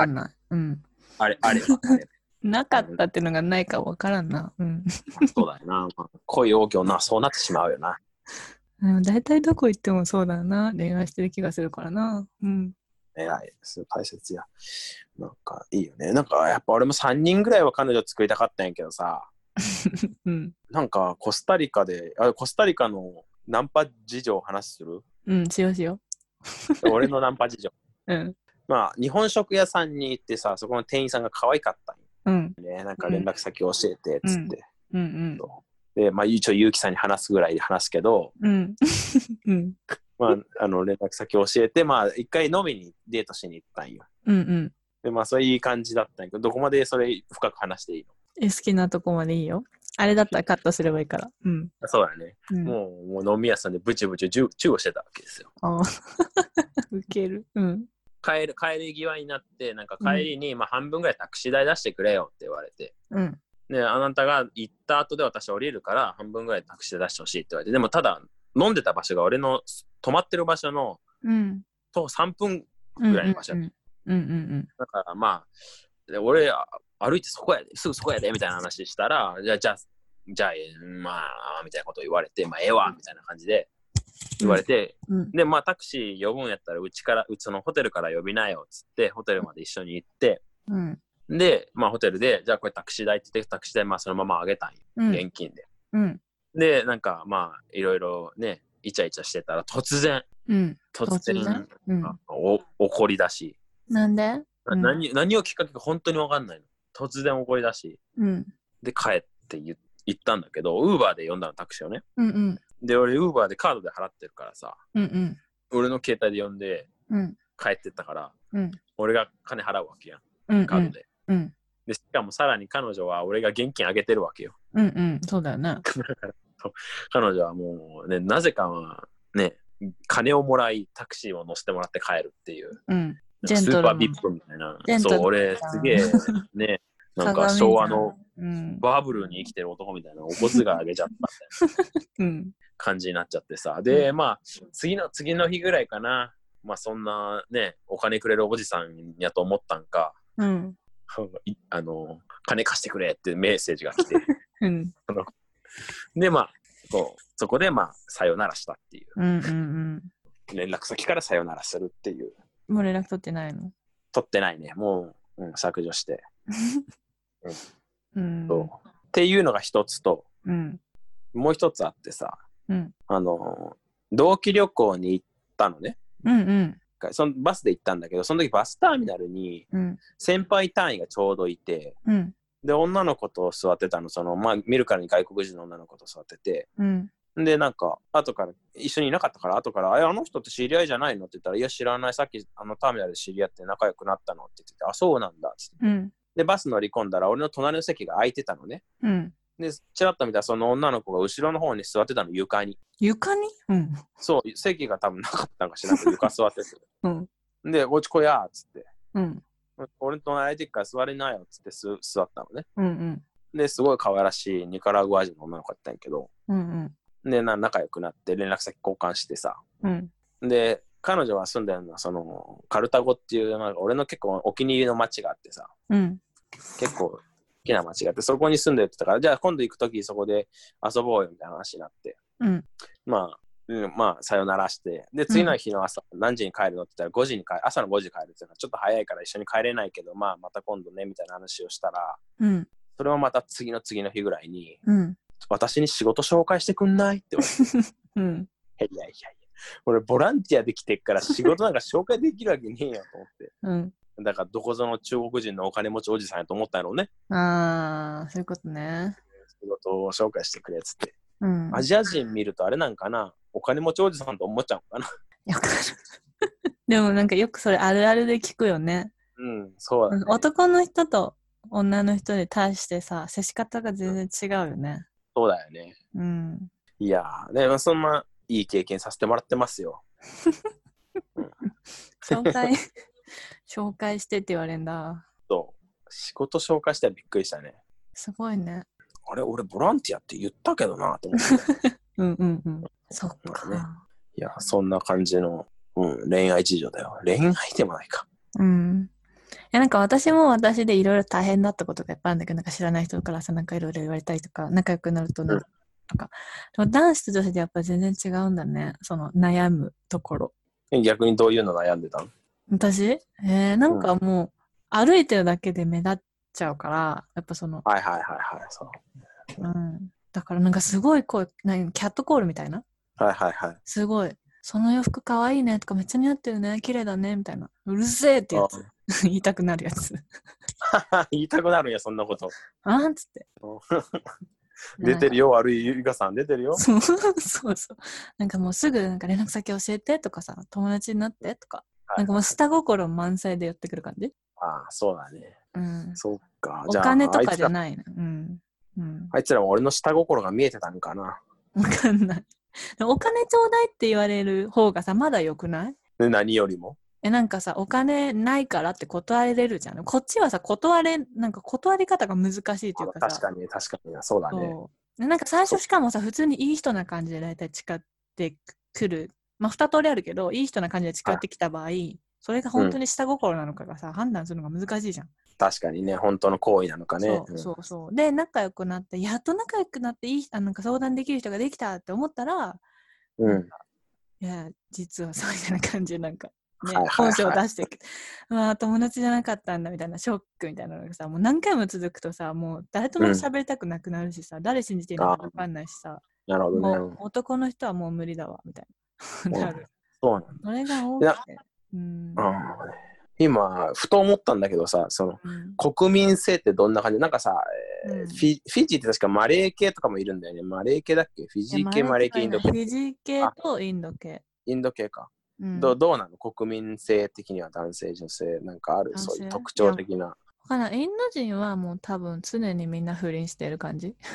うん。 あれば。 なかったっていうのがないかわからんな。うん。 そうだよな。恋多き女はそうなってしまうよな。 大体どこ行ってもそうだな。恋愛してる気がするからな。うん。 偉い。大切や。なんかいいよね。なんかやっぱ俺も3人ぐらいは彼女作りたかったんやけどさ。 うん。 なんかコスタリカのナンパ事情を話する？ うん、しよう。 俺のナンパ事情。 うん。 まあ、日本食屋さんに行ってさ、そこの店員さんが可愛かったんよ。 うん。 ね、なんか連絡先教えて、つって。 うん。 で、まあ、一応、ゆうきさんに話すぐらいで話すけど、 うん。うん。 まあ、連絡先教えて、まあ、一回飲みにデートしに行ったんよ。 うんうん。 で、まあ、そういう感じだったんやけど、どこまでそれ深く話していいの？ 好きなとこまでいいよ。あれだったらカットすればいいから。うん。 そうだね。 うん、 もう飲み屋さんでブチブチチューをしてたわけですよ。 あウケる。うん。 帰り際になって、なんか帰りに、まあ、半分ぐらいタクシー代出してくれよって言われて。 うん。 で、あなたが行った後で私降りるから半分ぐらいタクシーで出してほしいって言われて、でもただ飲んでた場所が俺の泊まってる場所のと3分ぐらいの場所だった。だからまあ、俺歩いてそこやで、すぐそこやでみたいな話したら、じゃあ、まあ、みたいなこと言われて、まあ、ええわみたいな感じで言われて、で、まあ、タクシー呼ぶんやったらうちのホテルから呼びなよっつって、ホテルまで一緒に行って、で、まあ、ホテルで、じゃあこれタクシー代って言って、タクシー代まあそのままあげたんよ。現金で。で、なんかまあ、いろいろね、イチャイチャしてたら、突然、怒り出し。 なんで？ 何をきっかけか本当に分かんないの。突然怒り出し。で、帰って言ったんだけど、ウーバーで呼んだの、タクシーをね。で、俺、ウーバーでカードで払ってるからさ、俺の携帯で呼んで、帰ってったから、俺が金払うわけやん。カードで。で、しかもさらに彼女は俺が現金あげてるわけよ。 そうだよね。 彼女はもうね、なぜかはね、金をもらいタクシーを乗せてもらって帰るっていう、スーパービップみたいな。そう、俺すげえね、なんか昭和のバブルに生きてる男みたいな、お骨があげちゃったみたいな感じになっちゃってさ。で、まあ、次の日ぐらいかな、まあそんなね、お金くれるおじさんやと思ったんか、金貸してくれってメッセージが来て、でまあそこでまあさよならしたっていう、連絡先からさよならするっていう。 もう連絡取ってないの？ 取ってないね、もう、削除してっていうのが一つと、もう一つあってさ、同期旅行に行ったのね。そのバスで行ったんだけど、その時バスターミナルに先輩隊員がちょうどいて、で女の子と座ってたの、まあ見るからに外国人の女の子と座ってて、でなんか後から一緒にいなかったから、後からあの人って知り合いじゃないのって言ったら、いや知らない、さっきターミナルで知り合って仲良くなったのって言ってて、あそうなんだっつって、でバス乗り込んだら俺の隣の席が空いてたのね。でちらっと見たらその女の子が後ろの方に座ってたの、床に。そう、席が多分なかったんかしらんけど床座ってて、でこっち来やっつって、俺の隣空いてるから座りなよっつって座ったのね。ですごい可愛らしいニカラグア人の女の子だったんやけど、で仲良くなって連絡先交換してさ、で彼女は住んでるのはカルタゴっていうなんか俺の結構お気に入りの町があってさ、結構好きな町があって、そこに住んでるって言ったから、じゃあ今度行くときそこで遊ぼうよみたいな話になって、まあさよならして、で次の日の朝、何時に帰るのって言ったら朝の5時帰るって言ったら、ちょっと早いから一緒に帰れないけど、また今度ねみたいな話をしたら、それはまた次の日ぐらいに、私に仕事紹介してくんないって言われて、いや俺ボランティアで来てっから仕事なんか紹介できるわけねえよと思って、だからどこぞの中国人のお金持ちおじさんやと思ったんやろうね。 そういうことね。 仕事を紹介してくれっつって、アジア人見るとあれなんかな、お金持ちおじさんと思っちゃうのかな。 わかる。でもなんかよくそれあるあるで聞くよね。 そうだね。 男の人と女の人に対してさ、接し方が全然違うよね。 そうだよね。いやでもそんないい経験させてもらってますよ。 紹介してって言われんだ。 そう仕事紹介してびっくりしたね。 すごいね。 あれ俺ボランティアって言ったけどなと思って。 そっかね。 いやそんな感じの、恋愛事情だよ。恋愛でもないか。 なんか私も私でいろいろ大変だったことがいっぱいあるんだけど、なんか知らない人からさ、なんかいろいろ言われたりとか、仲良くなるとなんか、でも男子と女子でやっぱ全然違うんだね。その悩むところ。 逆にどういうの悩んでたの？ 私なんかもう、歩いてるだけで目立っちゃうから、やっぱその、 はいはいはいはい、そう。 だからなんかすごい声、キャットコールみたいな。 はいはいはい。 すごい。その洋服かわいいねとかめっちゃ似合ってるね。綺麗だね。みたいな。うるせえってやつ。言いたくなるやつ。 言いたくなるんや、そんなこと。 あーっつって。 出てるよ、悪いゆりかさん出てるよ。 そうそう。なんかもうすぐなんか連絡先教えてとかさ、友達になってとか。なんかもう下心満載で寄ってくる感じ。 ああ、そうだね。そっか。 お金とかじゃないな。 あいつらは俺の下心が見えてたんかな。 わかんない。お金ちょうだいって言われる方がさ、まだ良くない？ 何よりもなんかさ、お金ないからって断れるじゃん。こっちはさ、なんか断り方が難しいというかさ。 確かに、そうだね。 なんか最初しかもさ、普通にいい人な感じで大体誓ってくる。まあ、二通りあるけど、いい人な感じで誓ってきた場合、それが本当に下心なのかがさ、判断するのが難しいじゃん。 確かにね、本当の行為なのかね。 そう。で、仲良くなって、やっと仲良くなって、なんか相談できる人ができたって思ったら、いや、実はそういう感じで、なんか、ね、本性を出してきて、友達じゃなかったんだみたいなショックみたいなのがさ、もう何回も続くとさ、もう誰とも喋りたくなくなるしさ、誰信じていいのか分かんないしさ、 なるほどね。 もう男の人はもう無理だわみたいな。なる。 そうなんだ。 それが多くて。 今、ふと思ったんだけどさ、その、国民性ってどんな感じ？なんかさ、フィジーって確かマレー系とかもいるんだよね。マレー系だっけ？フィジー系、マレー系、インド系。 フィジー系とインド系。 インド系か。どうなの？国民性的には男性、女性、なんかある？そういう特徴的な。 インド人はもう多分常にみんな不倫してる感じ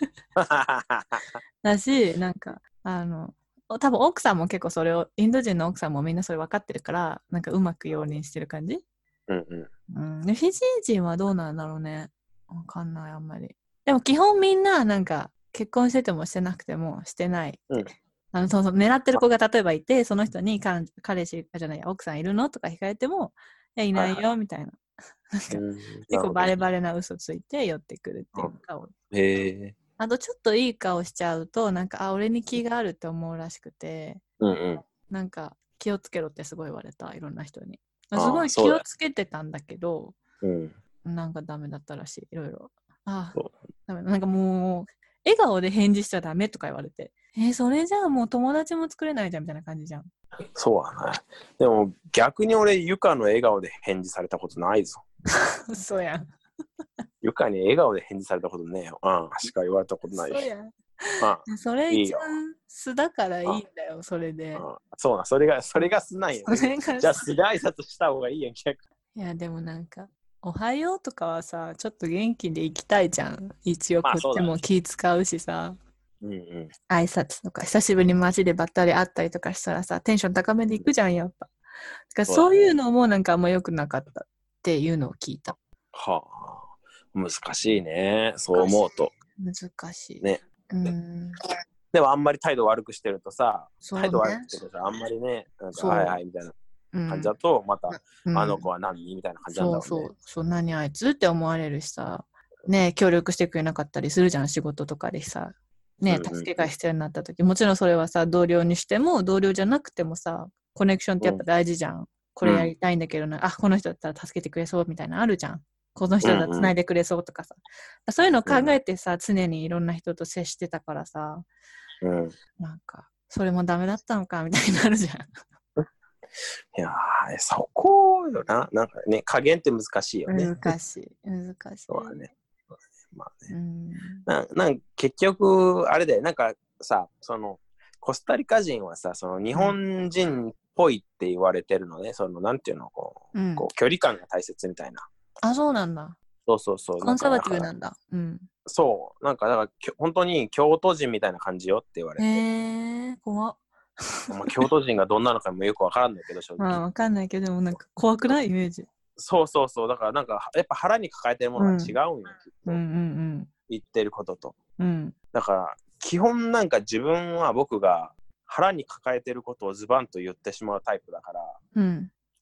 だし、なんか、多分奥さんも結構それを、インド人の奥さんもみんなそれ分かってるから、なんかうまく容認してる感じ。でフィジー人はどうなんだろうね。わかんない、あんまり。でも基本みんな、なんか、結婚しててもしてなくてもしてない。そう狙ってる子が例えばいて、その人に彼氏じゃない、奥さんいるのとか聞かれても、いないよ、みたいな。結構バレバレな嘘ついて寄ってくるっていうか。あとちょっといい顔しちゃうと、なんか、俺に気があるって思うらしくて、なんか、気をつけろってすごい言われた、いろんな人に。すごい気をつけてたんだけど、なんかダメだったらしい、いろいろ。ダメ。なんかもう、笑顔で返事しちゃダメとか言われて、それじゃあもう友達も作れないじゃんみたいな感じじゃん。 そうはない。でも逆に俺、ゆかの笑顔で返事されたことないぞ。 そうやん。 ゆかに笑顔で返事されたことねえよ。しか言われたことないし。 そうやん。それ一番素だからいいんだよ、それで。 そうな、それが素なんよ。じゃあ素で挨拶した方がいいやん、逆に。いや、でもなんか、おはようとかはさ、ちょっと元気で行きたいじゃん。一応こっちも気使うしさ。挨拶とか、久しぶりに街でばったり会ったりとかしたらさ、テンション高めで行くじゃん、やっぱ。だからそういうのもなんかあんま良くなかったっていうのを聞いた。 難しいね、そう思うと。 難しい。 ね。でもあんまり態度悪くしてるとさ、態度悪くしてるとさ、あんまりね、なんかはいはいみたいな感じだと、また、あの子は何みたいな感じなんだろうね。 そう、何あいつって思われるしさ、ね、協力してくれなかったりするじゃん、仕事とかでさ。ね、助けが必要になった時、もちろんそれはさ、同僚にしても、同僚じゃなくてもさ、コネクションってやっぱ大事じゃん。これやりたいんだけどな、この人だったら助けてくれそうみたいなのあるじゃん。この人だったら繋いでくれそうとかさ。そういうのを考えてさ、常にいろんな人と接してたからさ、なんか、それもダメだったのかみたいになるじゃん。 いやー、そこよな。なんかね、加減って難しいよね。 難しい。 そうだね。まあね。なんか結局、あれだよ、なんかさ、その、コスタリカ人はさ、その日本人っぽいって言われてるのね、その、なんていうの、こう距離感が大切みたいな。 そうなんだ。 そう。 コンサバティブなんだ。 そう。なんか、だから本当に京都人みたいな感じよって言われて。 怖っ。 京都人がどんなのかもよくわからんだけど、正直。 わかんないけど、でもなんか怖くないイメージ。 そう。だからなんか、やっぱ腹に抱えてるものが違うんよ、きっと。言ってることと。だから、基本なんか僕が腹に抱えてることをズバンと言ってしまうタイプだから、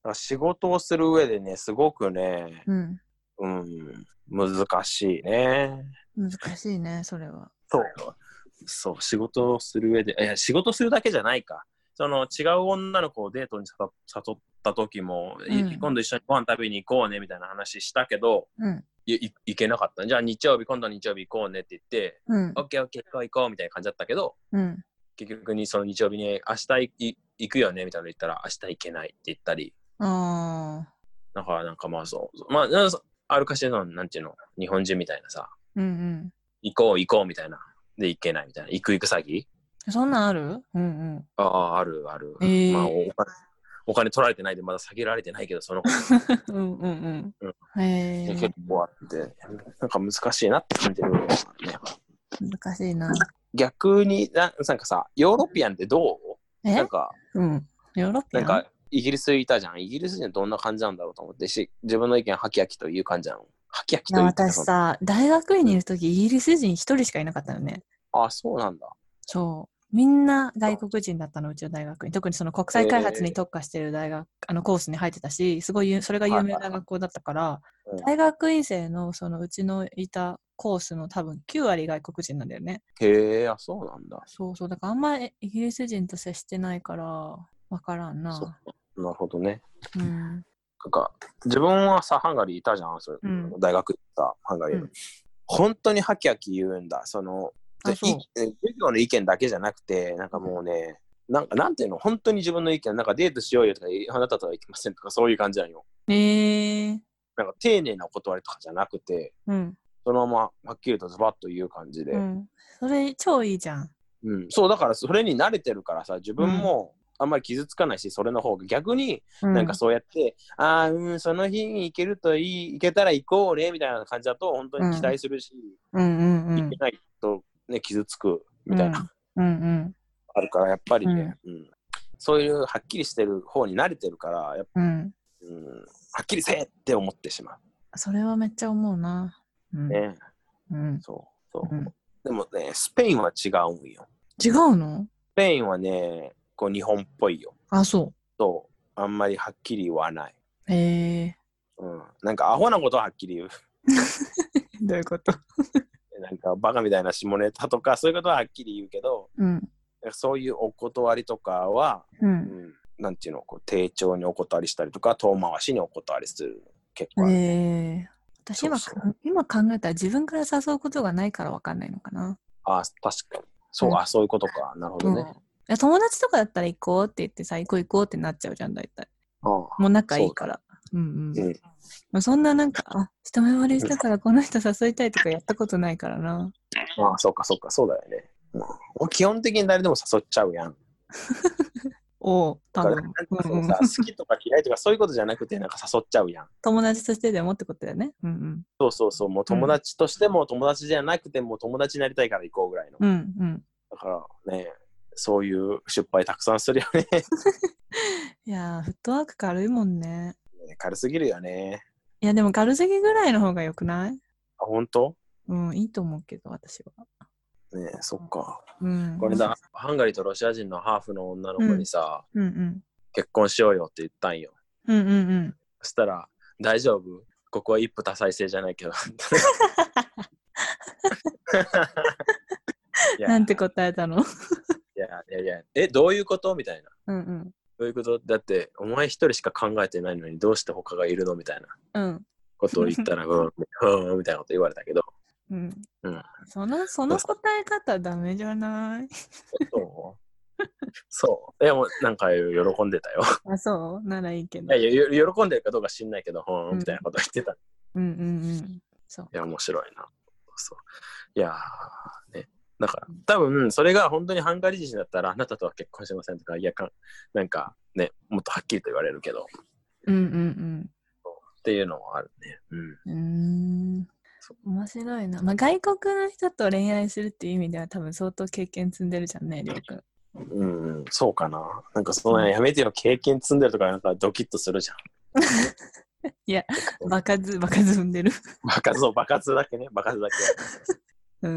仕事をする上でね、すごくね、難しいね。 難しいね、それは。 そう、仕事をする上で、仕事するだけじゃないか。その違う女の子をデートに誘った時も、今度一緒にご飯食べに行こうねみたいな話したけど、行けなかった。じゃあ今度日曜日行こうねって言って、オッケー行こうみたいな感じだったけど、結局にその日曜日に明日行くよねみたいなの言ったら、明日行けないって言ったり。なんかまあそう。まあ、あるかしらの、なんていうの、日本人みたいなさ、行こうみたいな。で行けないみたいな。行く詐欺？ そんなんある？ ある。まあお金取られてないでまだ下げられてないけど、その結構あって、なんか難しいなって感じるね。 難しいな。 逆になんかさ、ヨーロピアンってどう？なんか、 ヨーロピアン？ なんかイギリスいたじゃん。イギリス人どんな感じなんだろうと思ってし、自分の意見はきはきという感じなの。はきはきという。 私さ、大学院にいるとき、イギリス人一人しかいなかったのね。 あ、そうなんだ。 そう。みんな外国人だったの、うちの大学に。特にその国際開発に特化してる大学、コースに入ってたし、すごいそれが有名な学校だったから、大学院生のそのうちのいたコースの多分9割外国人なんだよね。 へえ、そうなんだ。 そう、だからあんまりイギリス人と接してないから、わからんな。 なるほどね。なんか自分はさ、ハンガリーいたじゃん、大学行ったハンガリー、本当にハキハキ言うんだ。その授業の意見だけじゃなくて、なんかもうね、なんていうの、本当に自分の意見、なんかデートしようよとか、あなたとは行きませんとか、そういう感じなんよ。なんか丁寧なお断りとかじゃなくて、そのままはっきりとズバッと言う感じで。 それ超いいじゃん。 そう、だからそれに慣れてるからさ、自分も、あんまり傷つかないし、それの方が逆になんかそうやって、その日に行けると行けたら行こうねみたいな感じだと本当に期待するし、行けないとね傷つくみたいな、あるからやっぱりね、そういうはっきりしてる方に慣れてるからやっぱ、はっきりせえって思ってしまう。 それはめっちゃ思うな。 ね、そう。でもね、スペインは違うんよ。 違うの？ スペインはね、こう日本っぽいよ。 そう。 あんまりはっきり言わない。なんかアホなことははっきり言う。 どういうこと？ なんかバカみたいな下ネタとかそういうことははっきり言うけど、そういうお断りとかは、なんていうの、こう丁重にお断りしたりとか、遠回しにお断りする結構あるね。 私今考えたら自分から誘うことがないから分かんないのかな。 確かに。そういうことか。なるほどね。 友達とかだったら行こうって言ってさ、行こうってなっちゃうじゃん、大体。もう仲いいから。そんななんか、一目惚れしたからこの人誘いたいとかやったことないからな。 そうか、そうだよね。基本的に誰でも誘っちゃうやん。 多分。 好きとか嫌いとかそういうことじゃなくて、なんか誘っちゃうやん。 友達としてでもってことだよね。 そう、もう友達としても友達じゃなくても友達になりたいから行こうぐらいの。だからね、そういう失敗たくさんするよね。 いやフットワーク軽いもんね。 軽すぎるよね。 いやでも軽すぎぐらいの方がよくない？ 本当？ いいと思うけど私は。 そっか。これだ、ハンガリーとロシア人のハーフの女の子にさ、結婚しようよって言ったんよ。そしたら、大丈夫？ここは一夫多妻制じゃないけど。 なんて答えたの？ いや、どういうことみたいな。どういうことだって、お前一人しか考えてないのにどうして他がいるのみたいなことを言ったら、みたいなこと言われたけど。 その答え方ダメじゃない？ そう。でもなんか喜んでたよ。 そうならいいけど。 いや喜んでるかどうか知んないけど、みたいなこと言ってた。 そう。 いや面白いな。そう。いやね。だから多分それが本当にハンガリー人だったらあなたとは結婚しませんとかなんかねもっとはっきりと言われるけど。っていうのもあるね。 面白いな。外国の人と恋愛するっていう意味では多分相当経験積んでるじゃんね、りょうくん。 そうかな。なんかそのやめてよ、経験積んでるとかなんかドキッとするじゃん。 いや、爆発踏んでる。 爆発だけね、爆発だけ。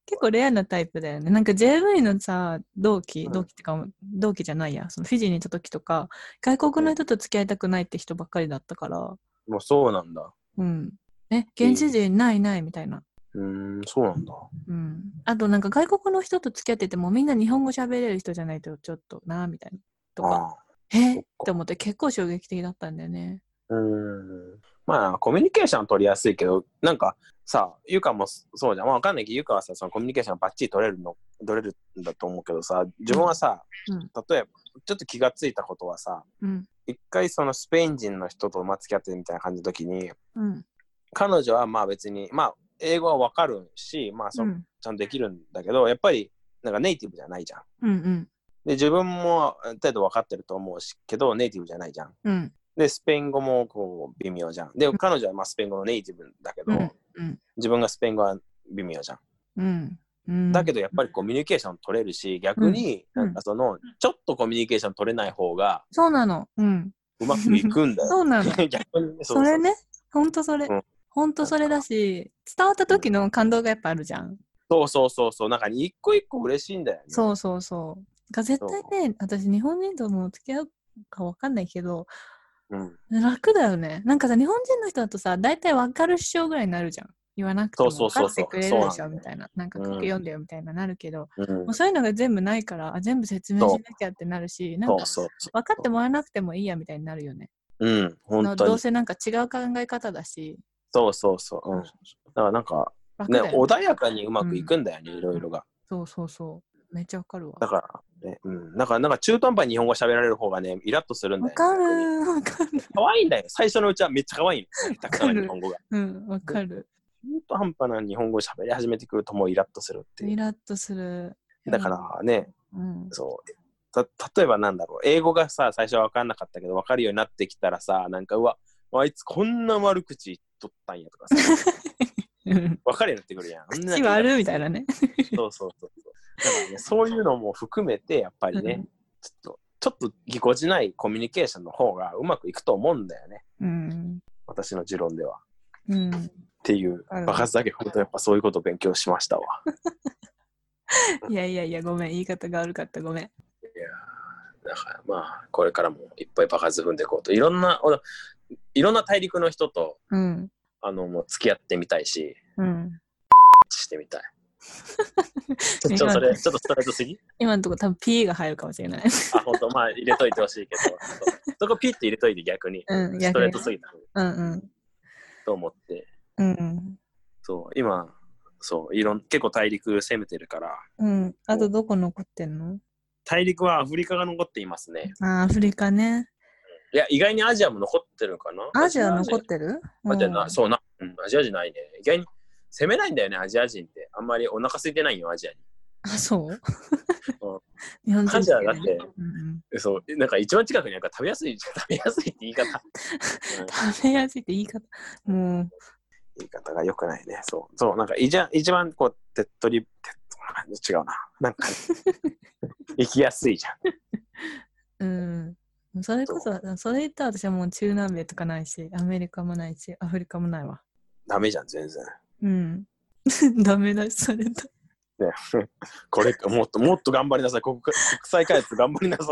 結構レアなタイプだよね。なんか JV のさ、同期ってか、同期じゃないや、そのフィジーに行った時とか、外国の人と付き合いたくないって人ばっかりだったから。 もうそうなんだ。 うん。現地人ないみたいな。 そうなんだ。 うん。あとなんか外国の人と付き合っててもみんな日本語喋れる人じゃないとちょっとな、みたいな。とか。って思って結構衝撃的だったんだよね。 まあコミュニケーション取りやすいけど、なんかさ、ゆかもそうじゃん。まあわかんないけど、ゆかはさ、そのコミュニケーションバッチリ取れるんだと思うけどさ、自分はさ、例えばちょっと気がついたことはさ、一回そのスペイン人の人と付き合ってるみたいな感じの時に、彼女はまあ別に、まあ英語はわかるし、まあちゃんとできるんだけど、やっぱりなんかネイティブじゃないじゃん。で、自分もある程度分かってると思うしけど、ネイティブじゃないじゃん。で、スペイン語もこう微妙じゃん。で、彼女はまあスペイン語のネイティブだけど、自分がスペイン語は微妙じゃん。だけどやっぱりコミュニケーション取れるし、逆になんかその、ちょっとコミュニケーション取れない方が、 そうなの。うまくいくんだよ。 そうなの。逆にそれね、ほんとそれ。ほんとそれだし、伝わった時の感動がやっぱあるじゃん。 そう。なんか一個一個嬉しいんだよね。 そう。絶対ね、私日本人とも付き合うかわかんないけど、楽だよね。なんかさ、日本人の人だとさ、大体分かるっしょぐらいになるじゃん。言わなくても分かってくれるでしょみたいな。なんか空気読んでよみたいななるけど、もうそういうのが全部ないから、全部説明しなきゃってなるし、なんか分かってもらわなくてもいいやみたいになるよね。 本当に。 どうせなんか違う考え方だし。 だからなんか、ね、穏やかにうまくいくんだよね、いろいろが。 そう。めっちゃわかるわ。 だからね、なんか中途半端に日本語喋られる方がね、イラッとするんだよね。 わかる。 可愛いんだよ。最初のうちはめっちゃ可愛いの。たくさんの日本語が。 わかる。 中途半端な日本語を喋り始めてくるともうイラッとするっていう。 イラッとする。 だからね、例えばなんだろう、英語がさ、最初は分かんなかったけど、分かるようになってきたらさ、なんか、あいつこんな悪口言っとったんやとかさ、分かるようになってくるやん。 口悪いみたいなね。 そう。だからね、そういうのも含めて、やっぱりね、ちょっとぎこちないコミュニケーションの方がうまくいくと思うんだよね。私の持論では。っていう、爆発だけほどやっぱそういうことを勉強しましたわ。 いや、ごめん、言い方が悪かった、ごめん。 だからまあ、これからもいっぱい爆発踏んでいこうと。いろんな大陸の人と、もう付き合ってみたいし、してみたい。ちょっとストレートすぎ？ 今のところ多分 P が入るかもしれない。 本当、まあ入れといてほしいけど、そこピッて入れといて逆に、ストレートすぎた。と思って。そう、今、結構大陸攻めてるから。 あとどこ残ってんの？ 大陸はアフリカが残っていますね。 アフリカね。 いや、意外にアジアも残ってるかな。 アジア残ってる？ アジアじゃないね。意外に攻めないんだよね、アジア人って。あんまりお腹空いてないよ、アジアに。 そう日本人アジアだって、なんか一番近くになんか食べやすいって言い方。 食べやすいって言い方。もう。 言い方が良くないね。そう、なんか一番こう、違うな。なんか、行きやすいじゃん。 それこそ、それ言ったら私はもう中南米とかないし、アメリカもないし、アフリカもないわ。 ダメじゃん、全然。 ダメだし、それと。 ね、これ、もっと頑張りなさい。国際開発頑張りなさ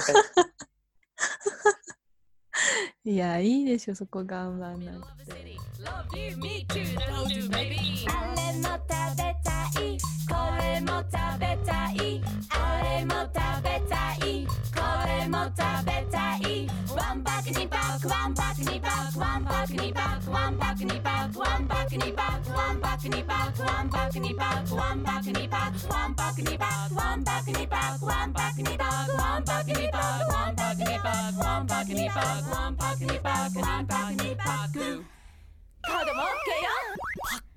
い。いや、いいでしょ、そこ頑張んなくて。 カードも OK よ。